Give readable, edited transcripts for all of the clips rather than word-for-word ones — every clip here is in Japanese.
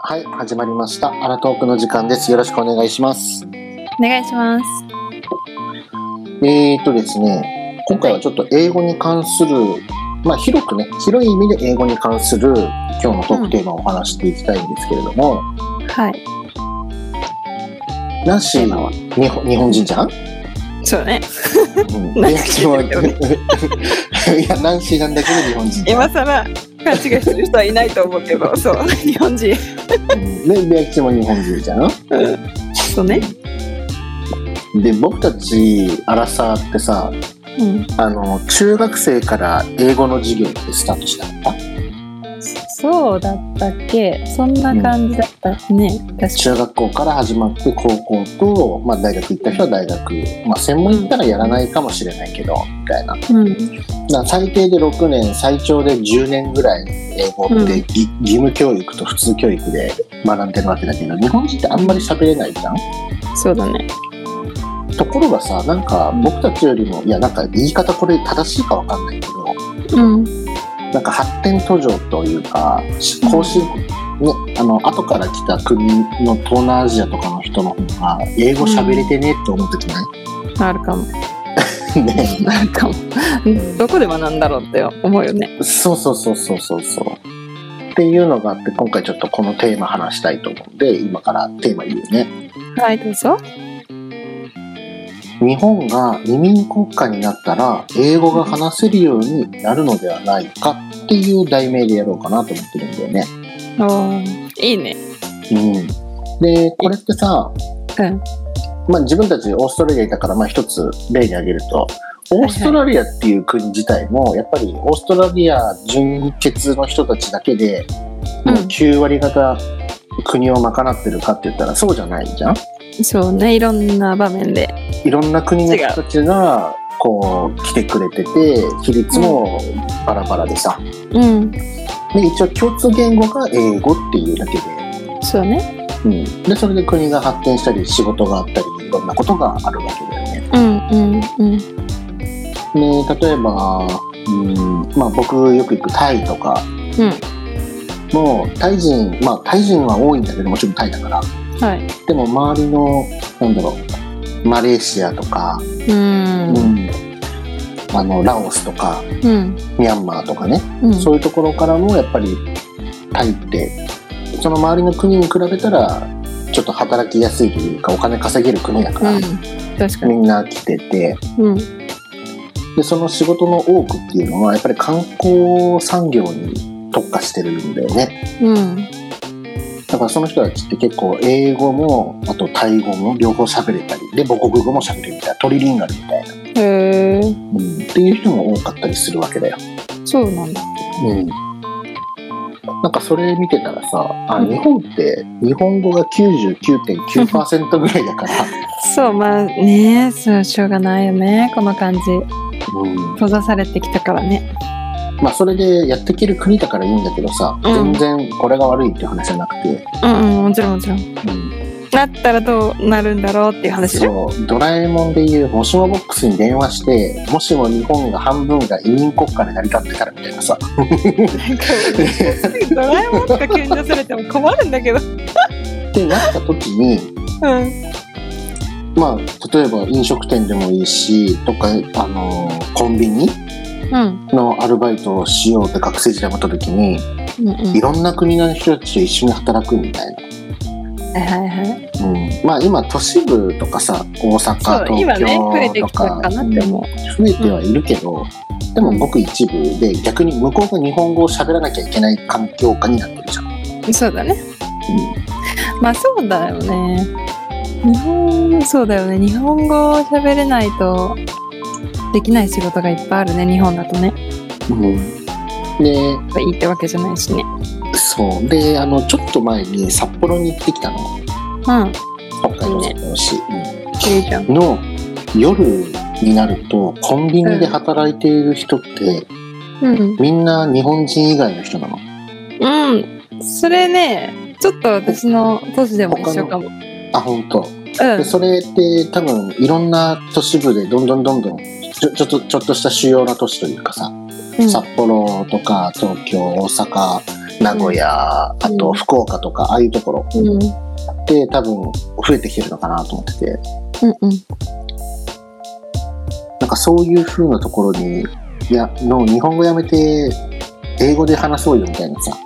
はい、始まりました。アラトークの時間です。よろしくお願いします。 お願いします。 ですね、今回はちょっと英語に関する、広くね、広い意味で英語に関する今日のトークテーマをお話していきたいんですけれども、 はい。 ナンシーは日本人じゃん？ そうね。 いや、ナンシーなんだけど日本人。 今更勘違いする人はいないと思うけど、そう、日本人。 で、ベアキチも日本人じゃん？ そうね。 で、僕たちアラサーってさ、中学生から英語の授業ってスタートしたのか？ そうだったっけ？そんな感じだったね。確かに。 中学校から始まって高校と、大学行った人は大学、専門行ったらやらないかもしれないけど、みたいな。だから最低で6年、最長で10年ぐらい英語って義務教育と普通教育で学んでるわけだけど、日本人ってあんまり喋れないじゃん？ そうだね。 ところがさ、なんか僕たちよりも、いやなんか言い方これ正しいかわかんないけど、なんか発展途上というか、後進ね、後から来た国の東南アジアとかの人の方が英語喋れてねって思うときない？ あるかも。 ね、 なんかもどこで学んだろうって思うよね。 そうっていうのがあって、今回ちょっとこのテーマ話したいと思うんで、今からテーマ言うね。 はい、どうぞ。 日本が移民国家になったら英語が話せるようになるのではないかっていう題名でやろうかなと思ってるんだよね。 いいね。 で、これってさ、自分たちオーストラリアいたから一つ例に挙げると、オーストラリアっていう国自体もやっぱりオーストラリア純血の人たちだけでもう9割方国を賄ってるかって言ったらそうじゃないじゃん。 そうね、いろんな場面でいろんな国の人たちがこう来てくれてて、比率もバラバラでさ、で一応共通言語が英語っていうだけで、 そうね、 でそれで国が発展したり仕事があったりいろんなことがあるわけだよね。で例えば、僕よく行くタイとか、もうタイ人は多いんだけど、もちろんタイだから、でも周りのマレーシアとか、ラオスとか、ミャンマーとかね、そういうところからもやっぱりタイってその周りの国に比べたらちょっと働きやすいというか、お金稼げる国だから、 確かにみんな来てて、でその仕事の多くっていうのはやっぱり観光産業に特化してるんだよね。だからその人たちって結構英語もあとタイ語も両方喋れたりで、母国語も喋れるみたいな、トリリンガルみたいな、っていう人も多かったりするわけだよ。 そうなんだ。 なんかそれ見てたらさ、日本って日本語が 99.9% ぐらいだからそうそう、しょうがないよね、この感じ。閉ざされてきたからね。 それでやっていける国だからいいんだけどさ、全然これが悪いっていう話じゃなくて、 もちろん、なったらどうなるんだろうっていう話で。 そうドラえもんでいうもしもボックスに電話して、もしも日本が半分が移民国家で成り立ってたらみたいなさドラえもんとか急に出されても困るんだけどってなった時に、例えば飲食店でもいいしとか、コンビニのアルバイトをしようって学生時代思った時に、いろんな国の人たちと一緒に働くみたいな。今都市部とかさ、大阪、東京とか増えてはいるけど、でもごく一部で逆に向こうが日本語を喋らなきゃいけない環境下になってるじゃん。 そうだね。そうだよね。そうだよね。日本語を喋れないとできない仕事がいっぱいあるね、日本だとね。で、いいってわけじゃないしね。 そうで、ちょっと前に札幌に行ってきたの。北海道札幌市の夜になるとコンビニで働いている人って、みんな日本人以外の人なの。 それね、ちょっと私の都市でも一緒かも。 本当。でそれって多分いろんな都市部でどんどんちょっとした主要な都市というかさ、札幌とか東京、大阪、 名古屋、あと福岡とか、ああいうところで多分増えてきてるのかなと思ってて、なんかそういう風なところに日本語やめて英語で話そうよみたいなさ。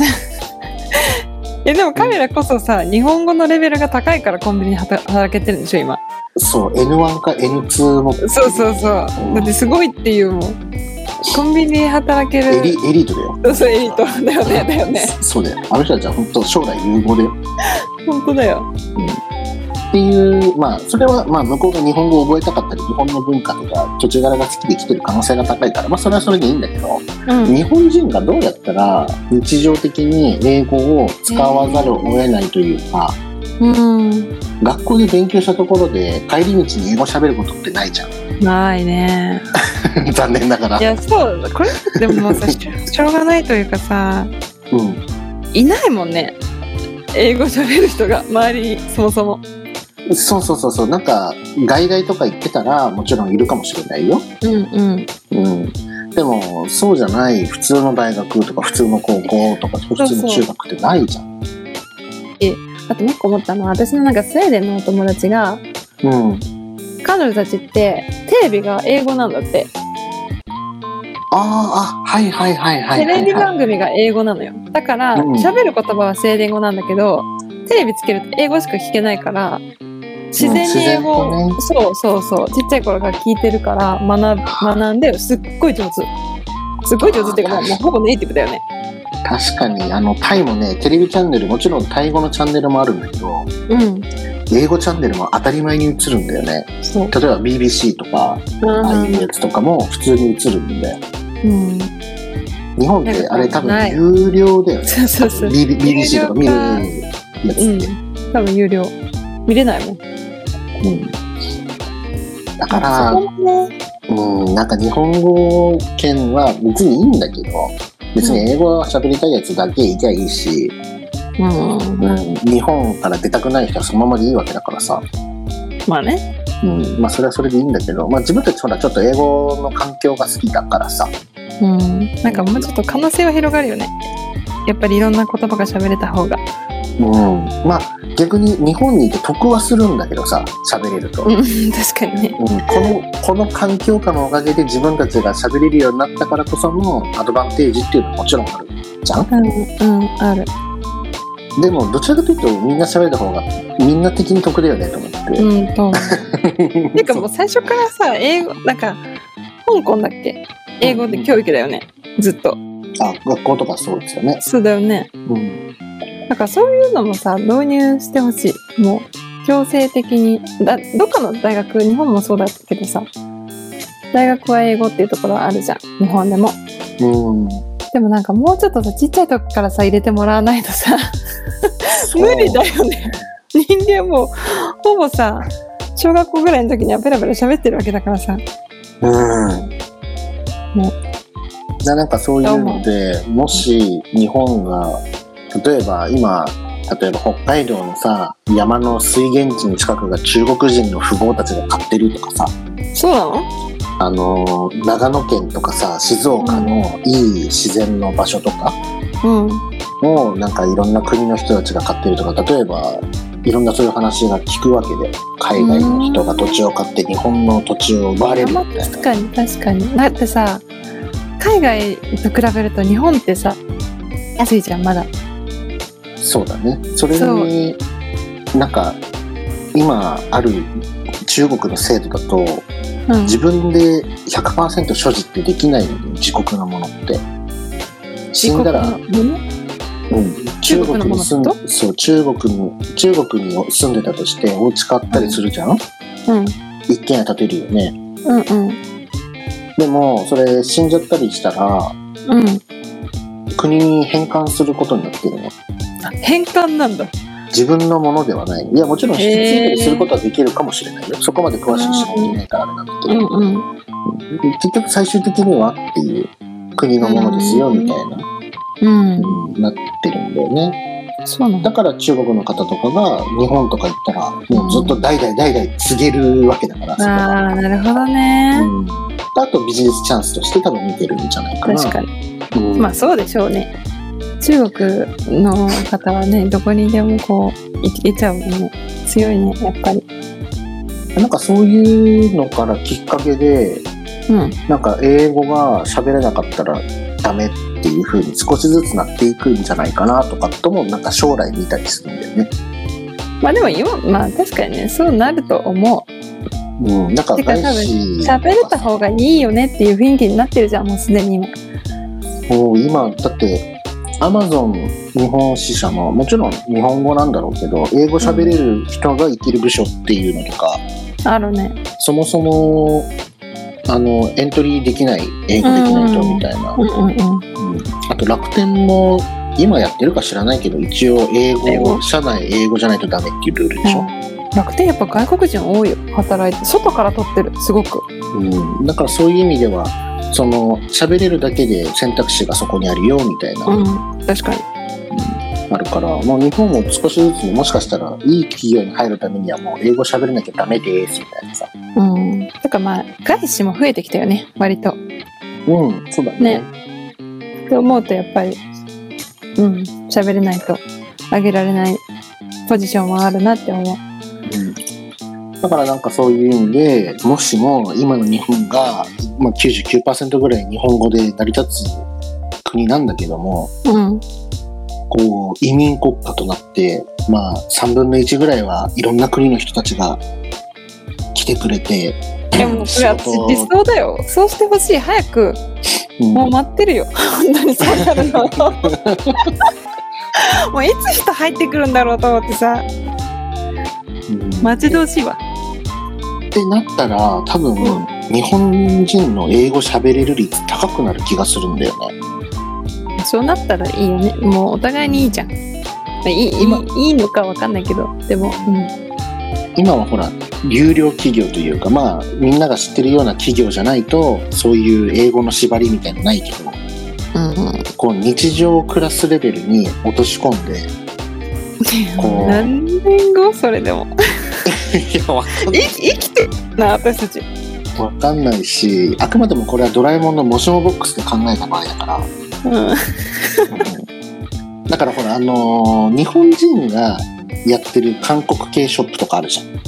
でも彼らこそさ、日本語のレベルが高いからコンビニで働けてるんでしょ今。 そう、N1 か N2 も。 そうそうそう、だってすごいっていうもん。コンビニで働けるエリートだよ。 そうエリートだよね。だよね。 そうだよ。あの人たちは本当将来有望だよ。 本当だよ。 っていう、まあそれはまあ向こうが日本語を覚えたかったり、日本の文化とか土地柄が好きで来てる可能性が高いから、まあそれはそれでいいんだけど、日本人がどうやったら日常的に英語を使わざるを得ないというか、学校で勉強したところで帰り道に英語喋ることってないじゃん。 ないね。 残念ながら。 いや、そうこれでもさしょうがないというかさ、いないもんね、英語喋る人が周りにそもそも。 そうなんか外来とか行ってたらもちろんいるかもしれないよ。でもそうじゃない普通の大学とか普通の高校とか普通の中学ってないじゃん。 あともう一個思ったのは、私のなんかスウェーデンのお友達が、彼女たちってテレビが英語なんだって。 はいテレビ番組が英語なのよ。だから喋る言葉はスウェーデン語なんだけど、テレビつけると英語しか聞けないから、自然に英語を、そうちっちゃい頃から聞いてるから学んですっごい上手。すっごい上手っていうかもうほぼネイティブだよね。 確かにタイもね、テレビチャンネルもちろんタイ語のチャンネルもあるんだけど、英語チャンネルも当たり前に映るんだよね。例えば BBC とか、ああいうやつとかも普通に映るんだよ。日本ってあれ多分有料だよね。BBC とか見るやつって。 多分有料。見れないもん。 だから、なんか日本語圏は別にいいんだけど、別に英語は喋りたいやつだけいきゃいいし、日本から出たくない人はそのままでいいわけだからさ。 まあね。 まあそれはそれでいいんだけど、まあ自分たちほらちょっと英語の環境が好きだからさ。 なんかもうちょっと可能性は広がるよね。やっぱりいろんな言葉が喋れた方が。 まあ逆に日本にいて得はするんだけどさ、喋れると。 確かにね。 この環境下のおかげで自分たちが喋れるようになったからこそのアドバンテージっていうのはもちろんあるじゃん。 ある。 でもどちらかというとみんな喋れた方がみんな的に得だよねと思って。 てかもう最初からさ、英語なんか香港だっけ、英語で教育だよね、ずっと。 学校とかそうですよね。 そうだよね。だからそういうのもさ導入してほしい。もう強制的にどっかの大学、日本もそうだけどさ、大学は英語っていうところはあるじゃん、日本でも。でもなんかもうちょっとさ、ちっちゃい時からさ入れてもらわないとさ無理だよね。人間もほぼさ小学校ぐらいの時にはペラペラ喋ってるわけだからさ。 なんかそういうので、もし日本が例えば北海道のさ山の水源地の近くが中国人の富豪たちが買ってるとかさ。 そうなの？ 長野県とかさ静岡のいい自然の場所とかをなんかいろんな国の人たちが買ってるとか、例えばいろんなそういう話が聞くわけで、海外の人が土地を買って日本の土地を奪われるみたいな。 確かに。だってさ海外と比べると日本ってさ安いじゃんまだ。そうだね。それになんか今ある中国の制度だと、自分で 100% 所持ってできないので、自国のものって死んだら中国に住んでたとしてお家買ったりするじゃん。一軒家建てるよね。でもそれ死んじゃったりしたら、国に返還することになってるの。 返還なんだ。 自分のものではない。いやもちろん引き継いだりすることはできるかもしれないよ。そこまで詳しく知っていないからあれなんだけど、結局最終的にはっていう国のものですよみたいな、なってるんだよね。 そうなんだ。 だから中国の方とかが日本とか行ったらもうずっと代々継げるわけだから。 なるほどね。 あとビジネスチャンスとして多分見てるんじゃないかな。 確かに。まあそうでしょうね。 中国の方はね、どこにでもこう行けちゃうね。強いね、やっぱり。 なんかそういうのからきっかけで、なんか英語が喋れなかったらダメっていう風に少しずつなっていくんじゃないかなとかともなんか将来見たりするんだよね。 まあでも今、まあ確かにね、そうなると思う。 なんかてか多分喋れた方がいいよねっていう雰囲気になってるじゃん、もうすでに今。 今だってアマゾン日本支社ももちろん日本語なんだろうけど、英語喋れる人が生きる部署っていうのとか、 あるね。 そもそもエントリーできない、英語できない人みたいな。あと楽天も今やってるか知らないけど、一応英語、社内英語じゃないとダメっていうルールでしょ。 楽天やっぱ外国人多いよ、働いて。外から取ってる、すごく。 だからそういう意味では、その喋れるだけで選択肢がそこにあるよみたいな。 確かに。 あるから、もう日本も少しずつもしかしたらいい企業に入るためにはもう英語喋れなきゃダメですみたいなさ。 だからまあ外資も増えてきたよね、割と。 そうだね。 って思うとやっぱり喋れないと上げられないポジションはあるなって思う。 だからなんかそういう意味で、もしも今の日本が、99% ぐらい日本語で成り立つ国なんだけども、こう移民国家となって、3分の1ぐらいはいろんな国の人たちが来てくれて、 でもそれは理想だよ。そうしてほしい。早く、もう待ってるよ。本当にそうなるの。もういつ人入ってくるんだろうと思ってさ、待ち遠しいわ。 ってなったら多分、日本人の英語喋れる率高くなる気がするんだよね。 そうなったらいいよね。もうお互いにいいじゃん。いいのかわかんないけど、でも、 今はほら有料企業というか、みんなが知ってるような企業じゃないとそういう英語の縛りみたいなのないけど、こう日常クラスレベルに落とし込んで、 こう何年後それでもいやわかんない。 生きてるな私たち。 わかんないし、あくまでもこれはドラえもんのもしもボックスで考えた場合だから。だからほら日本人がやってる韓国系ショップとかあるじゃん。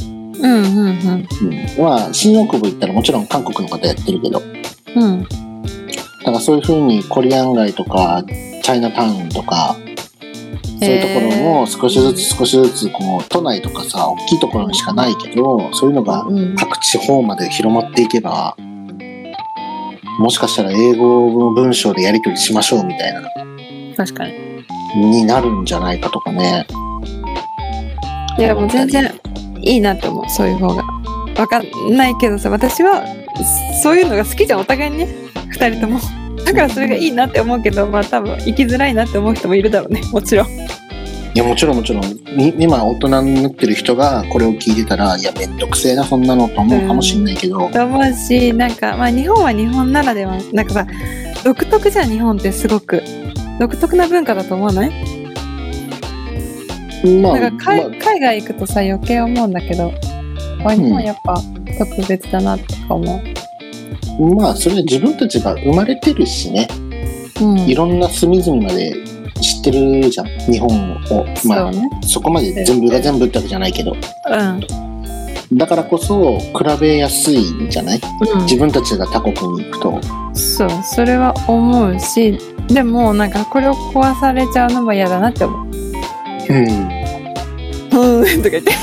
新大久保行ったらもちろん韓国の方やってるけど、だからそういう風にコリアン街とかチャイナタウンとかそういうところも少しずつこう都内とかさ、大きいところにしかないけど、そういうのが各地方まで広まっていけば、もしかしたら英語の文章でやり取りしましょうみたいな、 確かになるんじゃないかとかね。 いやもう全然いいなって思う、そういう方が。わかんないけどさ、私はそういうのが好きじゃん、お互いにね、2人とも。だからそれがいいなって思うけど、多分生きづらいなって思う人もいるだろうね、もちろん。 いやもちろん今大人になってる人がこれを聞いてたら、いやめんどくせえなそんなのと思うかもしれないけど、 と思うし、なんか日本は日本ならでは、なんかさ、独特じゃん、日本ってすごく独特な文化だと思わない？なんか海外行くとさ余計思うんだけど、日本やっぱ特別だなとか思う。 それは自分たちが生まれてるしね、いろんな隅々まで知ってるじゃん、日本を。そこまで全部が全部ってわけじゃないけど、だからこそ比べやすいんじゃない、自分たちが他国に行くと。 そう、それは思うし、でもなんかこれを壊されちゃうのも嫌だなって思う。とか言って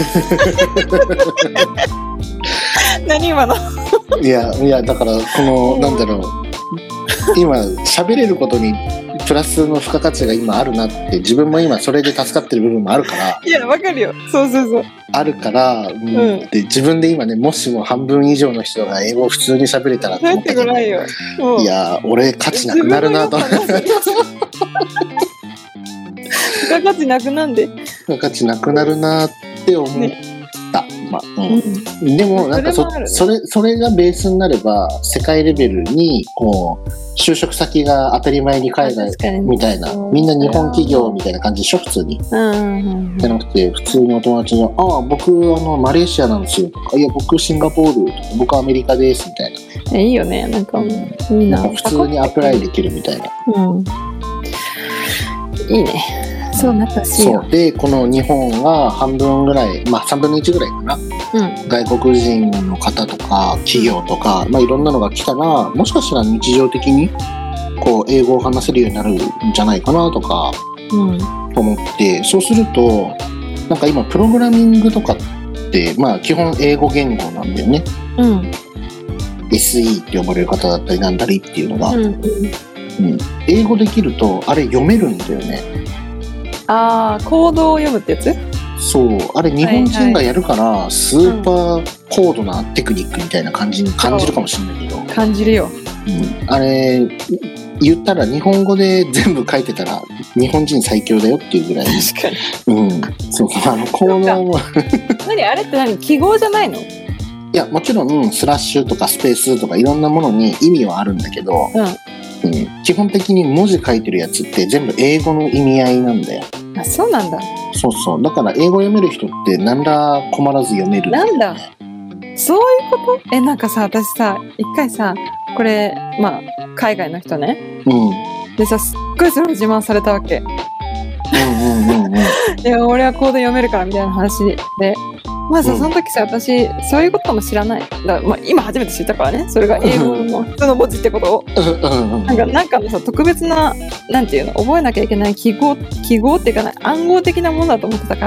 何今のいやだからこのなんだろう、今喋れることにプラスの付加価値が今あるなって、自分も今それで助かってる部分もあるから。いやわかるよ、そうあるから、で自分で今ね、もしも半分以上の人が英語を普通に喋れたらと思ったけど、いや俺価値なくなるなと思って付加価値なくなんで、 付加価値なくなるなって思った、でもなんかそれがベースになれば、世界レベルにこう就職先が当たり前に海外みたいな、みんな日本企業みたいな感じでしょ普通に。じゃなくて、普通にお友達が僕マレーシアなんですよとか、いや僕シンガポールとか、僕アメリカですみたいな。 いいよね、なんかいいな、 普通にアプライできるみたいな。 いいね。そうなったしいよ。 そうで、この日本が半分ぐらい、まあ3分の1ぐらいかな、外国人の方とか企業とか、まあいろんなのが来たら、もしかしたら日常的にこう英語を話せるようになるんじゃないかなとか思って、そうするとなんか今プログラミングとかってまあ基本英語言語なんだよね。SE って呼ばれる方だったりなんだりっていうのが、英語できるとあれ読めるんだよね。 ああ、コードを読むってやつ？ そう、あれ日本人がやるから、スーパー高度なテクニックみたいな感じに感じるかもしれないけど、 感じるよ。 あれ言ったら日本語で全部書いてたら日本人最強だよっていうぐらい。 確かに。 そう、コードも何あれって記号じゃないの？ いや、もちろんスラッシュとかスペースとかいろんなものに意味はあるんだけど、基本的に文字書いてるやつって全部英語の意味合いなんだよ。 あ、そうなんだ。 そうそう。だから英語読める人って何ら困らず読めるんだよね。 なんだ。そういうこと？なんかさ、私さ、一回さ、これ、まあ、海外の人ね。でさ、すっごいそれを自慢されたわけ。いや、俺はコード読めるからみたいな話で。まあさ、その時さ、私、そういうことも知らない。だまあ、今初めて知ったからね。それが英語の普通の文字ってことを。なんかのさ、特別な、なんていうの、覚えなきゃいけない記号っていうかな、暗号的なものだと思ってたから。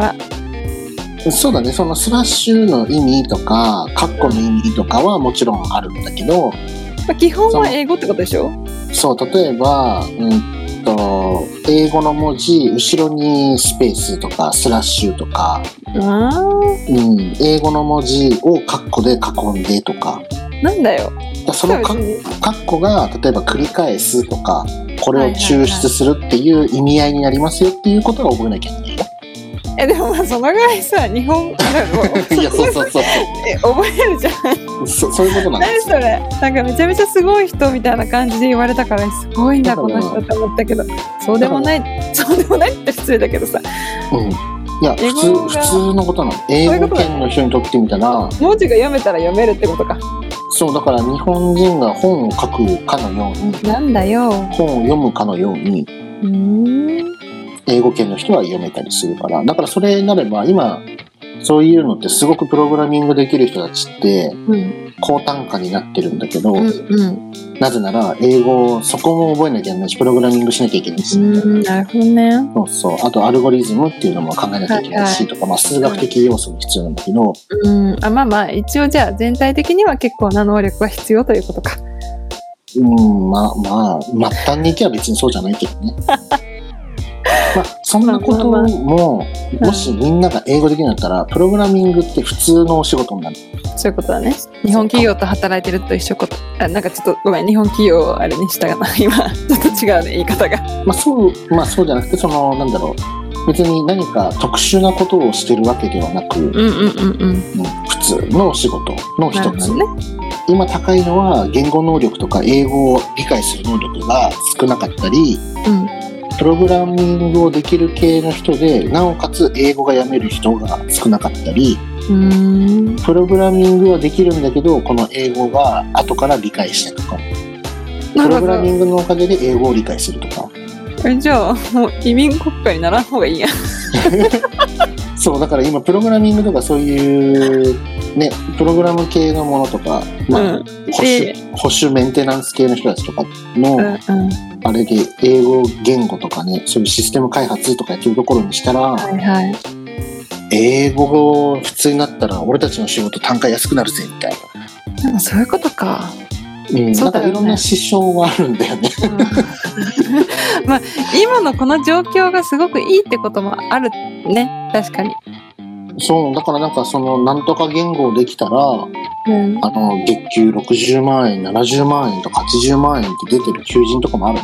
そうだね。そのスラッシュの意味とか、カッコの意味とかはもちろんあるんだけど、 基本は英語ってことでしょ？ そう、例えば、英語の文字後ろにスペースとかスラッシュとか、英語の文字をカッコで囲んでとか。 なんだよ。 そのカッコが例えば繰り返すとか、これを抽出するっていう意味合いになりますよっていうことは覚えなきゃいけないよ。 でもまあそのぐらいさ、日本語いや、そう覚えるじゃん。 そういうことなんですよ。何それ、なんかめちゃめちゃすごい人みたいな感じで言われたから、すごいんだこの人って思ったけど、そうでもないって失礼だけどさ。 いや、普通のことなの。英語圏の人にとってみたら、 文字が読めたら読めるってことか。 そう、だから日本人が本を書くかのように、 なんだよ、 本を読むかのように、英語圏の人は読めたりするから。だからそれになれば今そういうのってすごくプログラミングできる人たちって高単価になってるんだけど、なぜなら英語そこも覚えなきゃいけないし、プログラミングしなきゃいけないし、 なるほどね。 そう、あとアルゴリズムっていうのも考えなきゃいけないし、とか、まあ、数学的要素も必要なんだけど、 まあまあ一応じゃあ全体的には結構な能力が必要ということか。 まあ末端に行けば別にそうじゃないけどね。まあ、そんなことも、もしみんなが英語できるんだったら、プログラミングって普通のお仕事になる。 そういうことだね。日本企業と働いてると一緒こと。なんかちょっとごめん、日本企業をあれにしたかな。今、ちょっと違うね、言い方が。 そうじゃなくて、なんだろう。別に何か特殊なことをしてるわけではなく、普通のお仕事の一つ。今高いのは言語能力とか英語を理解する能力が少なかったり、プログラミングをできる系の人でなおかつ英語が読める人が少なかったり、プログラミングはできるんだけどこの英語が後から理解してとか、プログラミングのおかげで英語を理解するとか。 じゃあもう移民国家にならん方がいいや。 そう、だから今プログラミングとかそういうね、プログラム系のものとか、保守メンテナンス系の人たちとかの、あれで英語言語とかね、そういうシステム開発とかやってるところにしたら、英語普通になったら俺たちの仕事単価安くなるぜみたいな。 そういうことか。 なんかいろんな支障があるんだよね。 まあ今のこの状況がすごくいいってこともあるね、確かに。 そうだからなんかなんとか言語できたら、月給60万円70万円とか80万円って出てる求人とかもある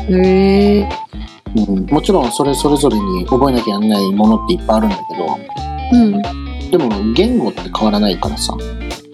の。もちろんそれぞれに覚えなきゃいけないものっていっぱいあるんだけど、でも言語って変わらないからさ。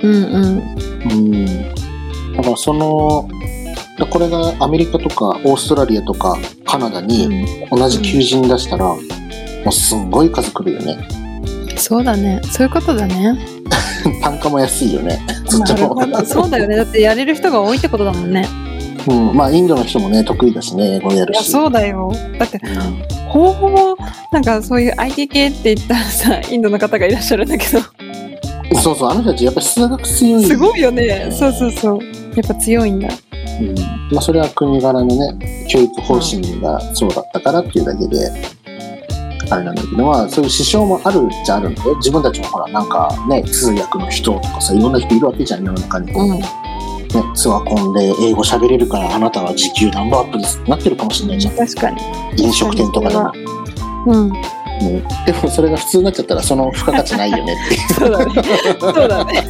だからこれがアメリカとかオーストラリアとかカナダに同じ求人出したら、もうすんごい数来るよね。 そうだね、そういうことだね。 単価も安いよね。 そうだよね、だってやれる人が多いってことだもんね。 まあインドの人もね得意だしね、英語やるし。 そうだよ。だって、 ほぼほぼなんかそういう IT 系って言ったらさ、インドの方がいらっしゃるんだけど。 そうそう、あの人たちやっぱり数学強い、 すごいよね。そうそうそう。やっぱ強いんだ。 まあそれは国柄のね、教育方針がそうだったからっていうだけで、あれなんだけど、まあそういう支障もあるっちゃあるんだよ。自分たちもほら、なんかね、通訳の人とかさ、いろんな人いるわけじゃん、世の中に。ね、ツアコンで英語喋れるからあなたは時給ナンバーアップですってなってるかもしれないじゃん。 確かに。 飲食店とかでも。でもそれが普通になっちゃったらその付加価値ないよねっていう。 そうだね。そうだね。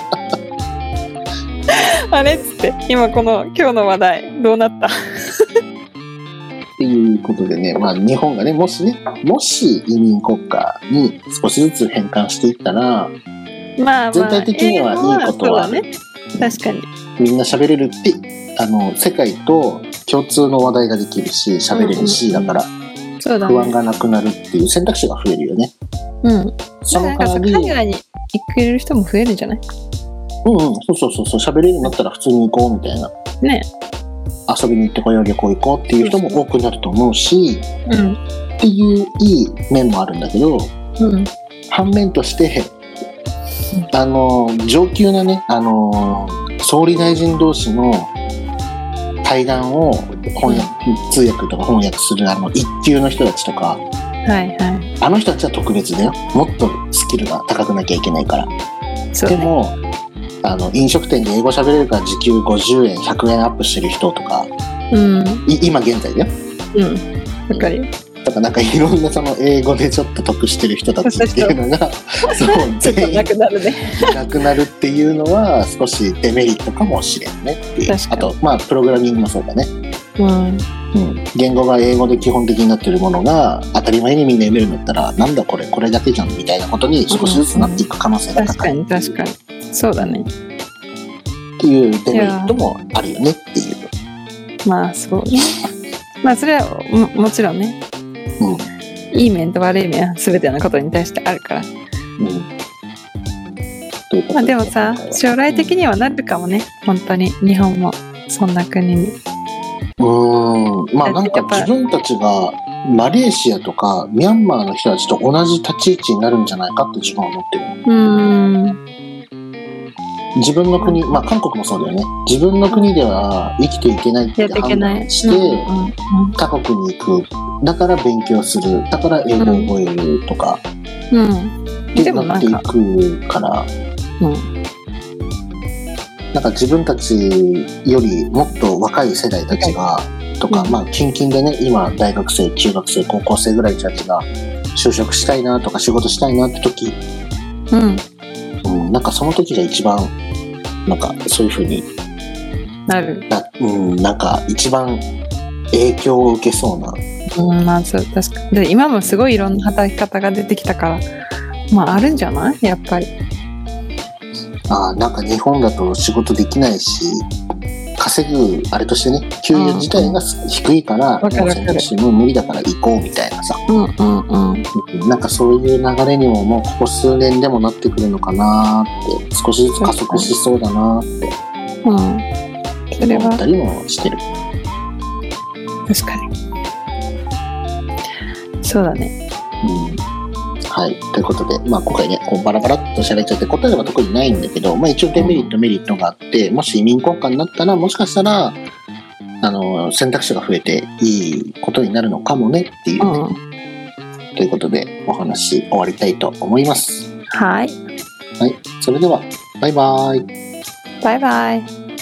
あれっつって今日の話題どうなったっていうことでね、まあ日本がね、もし移民国家に少しずつ変換していったら、 まあ全体的にはいいことは、 ね、確かにみんな喋れるって世界と共通の話題ができるし喋れるし、だから不安がなくなるっていう選択肢が増えるよね。 その代わり海外に行ける人も増えるんじゃない？ そう喋れるようになったら普通に行こうみたいなね、 遊びに行ってこよう、旅行行こうっていう人も多くなると思うし、っていういい面もあるんだけど、反面として上級なね、総理大臣同士の対談を通訳とか翻訳する一級の人たちとか、あの人たちは特別だよ。もっとスキルが高くなきゃいけないから。でも飲食店で英語喋れるから時給50円100円アップしてる人とか、今現在だよ。 わかるよ。 とかなんかいろんなその英語でちょっと得してる人たちっていうのが全員なくなるね。なくなるっていうのは少しデメリットかもしれんねっていう。あとまあプログラミングもそうだね。言語が英語で基本的になっているものが当たり前にみんな読めるんだったら、なんだこれだけじゃんみたいなことに少しずつなっていく可能性が高い。 確かにそうだねっていうデメリットもあるよねっていう。 まあそうね。まあそれは もちろんね、いい面と悪い面は全てのことに対してあるから。まあでもさ、将来的にはなるかもね、本当に日本もそんな国に。 まあなんか自分たちがマレーシアとかミャンマーの人たちと同じ立ち位置になるんじゃないかって自分は思ってる。自分の国、まあ韓国もそうだよね。自分の国では生きていけないって判断して他国に行く。だから勉強する。だから英語を覚えるとか。ってなっていくから。なんか自分たちよりもっと若い世代たちが、とか、まあ近々でね、今大学生、中学生、高校生ぐらいの人たちが就職したいなとか仕事したいなって時、なんかその時が一番なんかそういう風になる。 なんか一番影響を受けそうな。 まあそう確かに。で今もすごいいろんな働き方が出てきたから、まああるんじゃない？やっぱり。 なんか日本だと仕事できないし、稼ぐあれとしてね、給与自体が低いから、選択肢も無理だから行こうみたいなさ。なんかそういう流れにももうここ数年でもなってくるのかなって、少しずつ加速しそうだなって思ったりもしてる。 確かに。そうだね。 はい。ということで、まあ今回ね、こうバラバラっと喋っちゃって答えは特にないんだけど、まあ一応デメリット、メリットがあって、もし移民国家になったら、もしかしたら、選択肢が増えていいことになるのかもねっていう、ということで、お話終わりたいと思います。 はい。 はい。それでは、バイバイ。 バイバイ。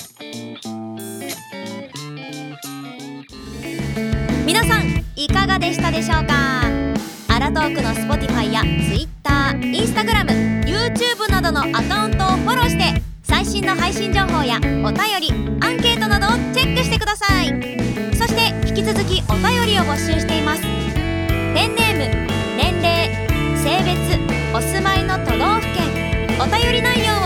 皆さん、いかがでしたでしょうか？アラトークの Spotify や Twitter、Instagram、YouTube などのアカウントをフォローして最新の配信情報やお便り、アンケートなどをチェックしてください。そして引き続きお便りを募集しています。ペンネーム、年齢、性別、お住まいの都道府県、お便り内容